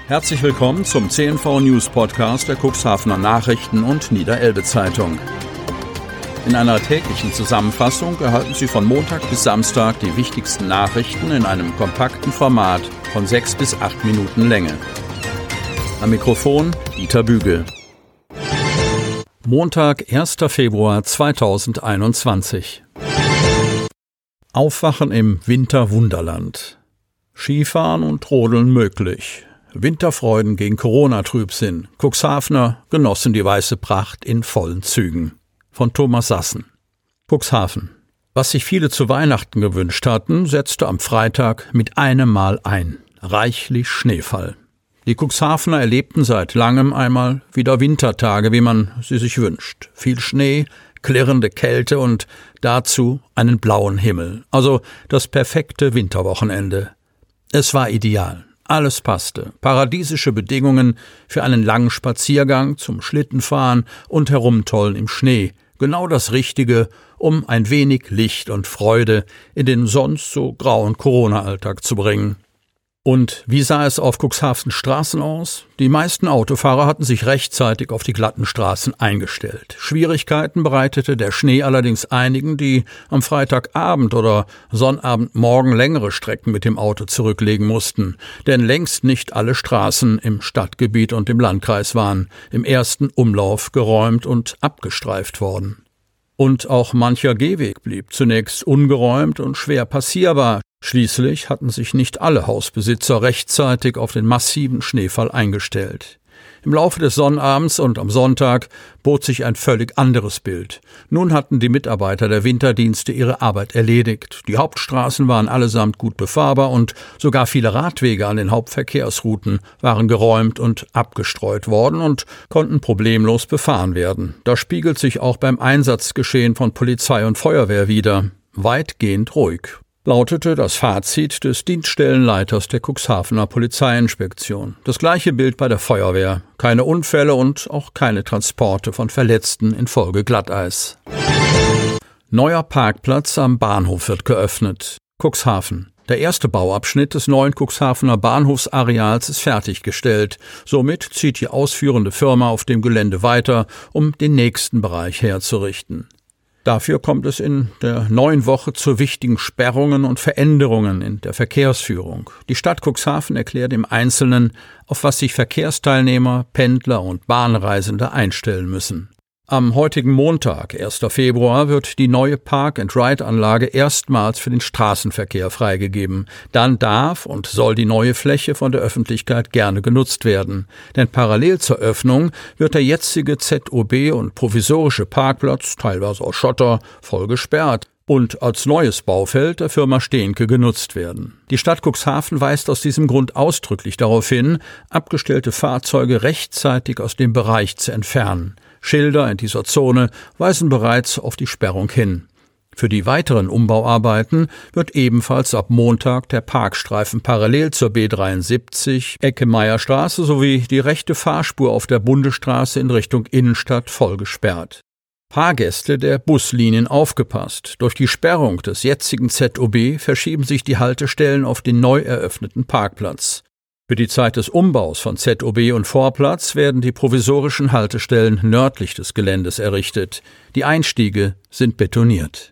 Herzlich willkommen zum CNV News Podcast der Cuxhavener Nachrichten und Niederelbe Zeitung. In einer täglichen Zusammenfassung erhalten Sie von Montag bis Samstag die wichtigsten Nachrichten in einem kompakten Format von 6 bis 8 Minuten Länge. Am Mikrofon Dieter Bügel. Montag, 1. Februar 2021. Aufwachen im Winterwunderland. Skifahren und Rodeln möglich. Winterfreuden gegen Corona-Trübsinn. Cuxhavener genossen die weiße Pracht in vollen Zügen. Von Thomas Sassen. Cuxhaven. Was sich viele zu Weihnachten gewünscht hatten, setzte am Freitag mit einem Mal ein. Reichlich Schneefall. Die Cuxhavener erlebten seit langem einmal wieder Wintertage, wie man sie sich wünscht. Viel Schnee, klirrende Kälte und dazu einen blauen Himmel. Also das perfekte Winterwochenende. Es war ideal. Alles passte. Paradiesische Bedingungen für einen langen Spaziergang, zum Schlittenfahren und Herumtollen im Schnee. Genau das Richtige, um ein wenig Licht und Freude in den sonst so grauen Corona-Alltag zu bringen. Und wie sah es auf Cuxhavens Straßen aus? Die meisten Autofahrer hatten sich rechtzeitig auf die glatten Straßen eingestellt. Schwierigkeiten bereitete der Schnee allerdings einigen, die am Freitagabend oder Sonnabendmorgen längere Strecken mit dem Auto zurücklegen mussten. Denn längst nicht alle Straßen im Stadtgebiet und im Landkreis waren im ersten Umlauf geräumt und abgestreift worden. Und auch mancher Gehweg blieb zunächst ungeräumt und schwer passierbar. Schließlich hatten sich nicht alle Hausbesitzer rechtzeitig auf den massiven Schneefall eingestellt. Im Laufe des Sonnabends und am Sonntag bot sich ein völlig anderes Bild. Nun hatten die Mitarbeiter der Winterdienste ihre Arbeit erledigt. Die Hauptstraßen waren allesamt gut befahrbar und sogar viele Radwege an den Hauptverkehrsrouten waren geräumt und abgestreut worden und konnten problemlos befahren werden. Das spiegelt sich auch beim Einsatzgeschehen von Polizei und Feuerwehr wider. Weitgehend ruhig, lautete das Fazit des Dienststellenleiters der Cuxhavener Polizeiinspektion. Das gleiche Bild bei der Feuerwehr. Keine Unfälle und auch keine Transporte von Verletzten infolge Glatteis. Neuer Parkplatz am Bahnhof wird geöffnet. Cuxhaven. Der erste Bauabschnitt des neuen Cuxhavener Bahnhofsareals ist fertiggestellt. Somit zieht die ausführende Firma auf dem Gelände weiter, um den nächsten Bereich herzurichten. Dafür kommt es in der neuen Woche zu wichtigen Sperrungen und Veränderungen in der Verkehrsführung. Die Stadt Cuxhaven erklärt im Einzelnen, auf was sich Verkehrsteilnehmer, Pendler und Bahnreisende einstellen müssen. Am heutigen Montag, 1. Februar, wird die neue Park-and-Ride-Anlage erstmals für den Straßenverkehr freigegeben. Dann darf und soll die neue Fläche von der Öffentlichkeit gerne genutzt werden. Denn parallel zur Öffnung wird der jetzige ZOB und provisorische Parkplatz, teilweise aus Schotter, voll gesperrt und als neues Baufeld der Firma Stehnke genutzt werden. Die Stadt Cuxhaven weist aus diesem Grund ausdrücklich darauf hin, abgestellte Fahrzeuge rechtzeitig aus dem Bereich zu entfernen. Schilder in dieser Zone weisen bereits auf die Sperrung hin. Für die weiteren Umbauarbeiten wird ebenfalls ab Montag der Parkstreifen parallel zur B73, Ecke Meierstraße sowie die rechte Fahrspur auf der Bundesstraße in Richtung Innenstadt voll gesperrt. Fahrgäste der Buslinien aufgepasst. Durch die Sperrung des jetzigen ZOB verschieben sich die Haltestellen auf den neu eröffneten Parkplatz. Für die Zeit des Umbaus von ZOB und Vorplatz werden die provisorischen Haltestellen nördlich des Geländes errichtet. Die Einstiege sind betoniert.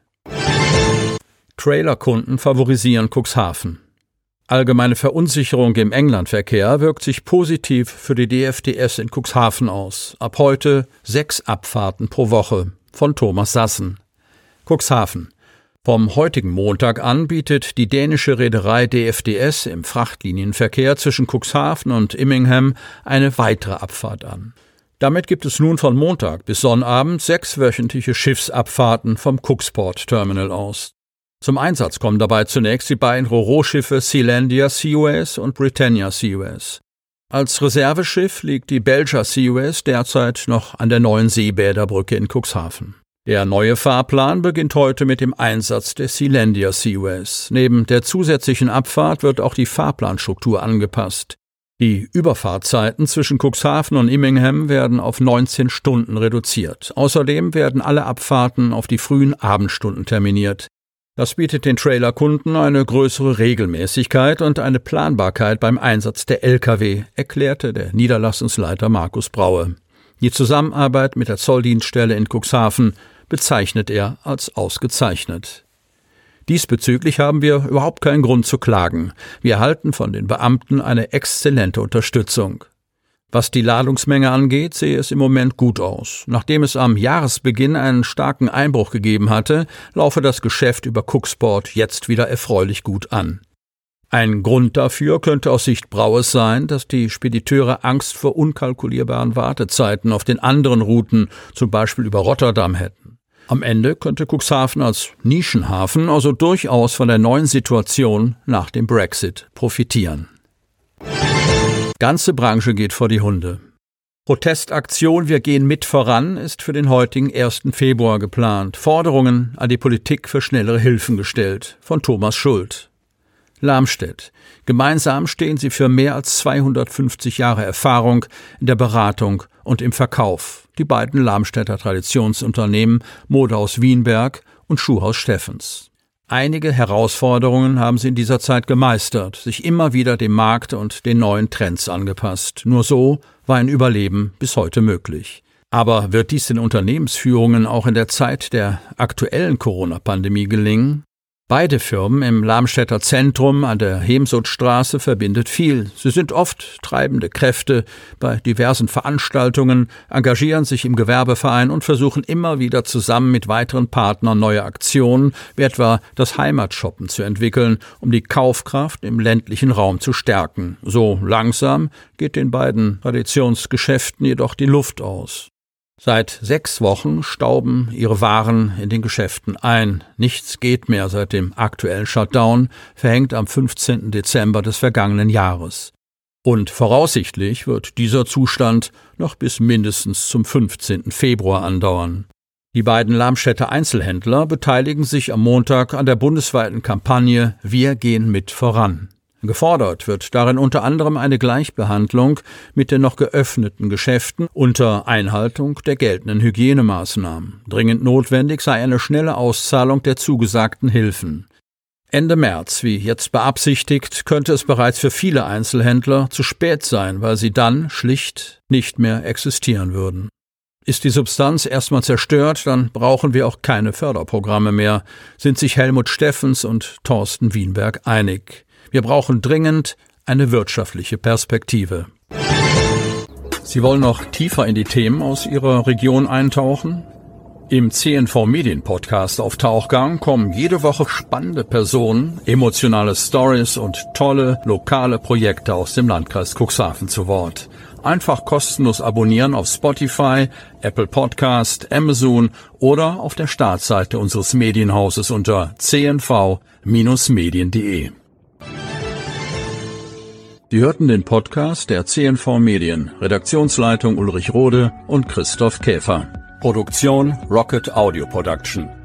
Trailerkunden favorisieren Cuxhaven. Allgemeine Verunsicherung im Englandverkehr wirkt sich positiv für die DFDS in Cuxhaven aus. Ab heute 6 Abfahrten pro Woche. Von Thomas Sassen. Cuxhaven. Vom heutigen Montag an bietet die dänische Reederei DFDS im Frachtlinienverkehr zwischen Cuxhaven und Immingham eine weitere Abfahrt an. Damit gibt es nun von Montag bis Sonnabend 6 wöchentliche Schiffsabfahrten vom Cuxport Terminal aus. Zum Einsatz kommen dabei zunächst die beiden Ro-Ro-Schiffe Sealandia Seaways und Britannia Seaways. Als Reserveschiff liegt die Belger Seaways derzeit noch an der neuen Seebäderbrücke in Cuxhaven. Der neue Fahrplan beginnt heute mit dem Einsatz der Sealandia Seaways. Neben der zusätzlichen Abfahrt wird auch die Fahrplanstruktur angepasst. Die Überfahrtzeiten zwischen Cuxhaven und Immingham werden auf 19 Stunden reduziert. Außerdem werden alle Abfahrten auf die frühen Abendstunden terminiert. Das bietet den Trailerkunden eine größere Regelmäßigkeit und eine Planbarkeit beim Einsatz der Lkw, erklärte der Niederlassungsleiter Markus Braue. Die Zusammenarbeit mit der Zolldienststelle in Cuxhaven bezeichnet er als ausgezeichnet. Diesbezüglich haben wir überhaupt keinen Grund zu klagen. Wir erhalten von den Beamten eine exzellente Unterstützung. Was die Ladungsmenge angeht, sehe es im Moment gut aus. Nachdem es am Jahresbeginn einen starken Einbruch gegeben hatte, laufe das Geschäft über Cuxport jetzt wieder erfreulich gut an. Ein Grund dafür könnte aus Sicht Braues sein, dass die Spediteure Angst vor unkalkulierbaren Wartezeiten auf den anderen Routen, zum Beispiel über Rotterdam, hätten. Am Ende könnte Cuxhaven als Nischenhafen also durchaus von der neuen Situation nach dem Brexit profitieren. Ganze Branche geht vor die Hunde. Protestaktion Wir gehen mit voran ist für den heutigen 1. Februar geplant. Forderungen an die Politik für schnellere Hilfen gestellt. Von Thomas Schuld. Lamstedt. Gemeinsam stehen sie für mehr als 250 Jahre Erfahrung in der Beratung und im Verkauf. Die beiden Lamstädter Traditionsunternehmen Modehaus Wienberg und Schuhhaus Steffens. Einige Herausforderungen haben sie in dieser Zeit gemeistert, sich immer wieder dem Markt und den neuen Trends angepasst. Nur so war ein Überleben bis heute möglich. Aber wird dies den Unternehmensführungen auch in der Zeit der aktuellen Corona-Pandemie gelingen? Beide Firmen im Lamstädter Zentrum an der Hemsudstraße verbindet viel. Sie sind oft treibende Kräfte bei diversen Veranstaltungen, engagieren sich im Gewerbeverein und versuchen immer wieder zusammen mit weiteren Partnern neue Aktionen, wie etwa das Heimatshoppen zu entwickeln, um die Kaufkraft im ländlichen Raum zu stärken. So langsam geht den beiden Traditionsgeschäften jedoch die Luft aus. Seit 6 Wochen stauben ihre Waren in den Geschäften ein. Nichts geht mehr seit dem aktuellen Shutdown, verhängt am 15. Dezember des vergangenen Jahres. Und voraussichtlich wird dieser Zustand noch bis mindestens zum 15. Februar andauern. Die beiden Lamstädter Einzelhändler beteiligen sich am Montag an der bundesweiten Kampagne Wir gehen mit voran. Gefordert wird darin unter anderem eine Gleichbehandlung mit den noch geöffneten Geschäften unter Einhaltung der geltenden Hygienemaßnahmen. Dringend notwendig sei eine schnelle Auszahlung der zugesagten Hilfen. Ende März, wie jetzt beabsichtigt, könnte es bereits für viele Einzelhändler zu spät sein, weil sie dann schlicht nicht mehr existieren würden. Ist die Substanz erstmal zerstört, dann brauchen wir auch keine Förderprogramme mehr, sind sich Helmut Steffens und Thorsten Wienberg einig. Wir brauchen dringend eine wirtschaftliche Perspektive. Sie wollen noch tiefer in die Themen aus Ihrer Region eintauchen? Im CNV Medien Podcast auf Tauchgang kommen jede Woche spannende Personen, emotionale Stories und tolle lokale Projekte aus dem Landkreis Cuxhaven zu Wort. Einfach kostenlos abonnieren auf Spotify, Apple Podcast, Amazon oder auf der Startseite unseres Medienhauses unter cnv-medien.de. Sie hörten den Podcast der CNV Medien, Redaktionsleitung Ulrich Rode und Christoph Käfer. Produktion Rocket Audio Production.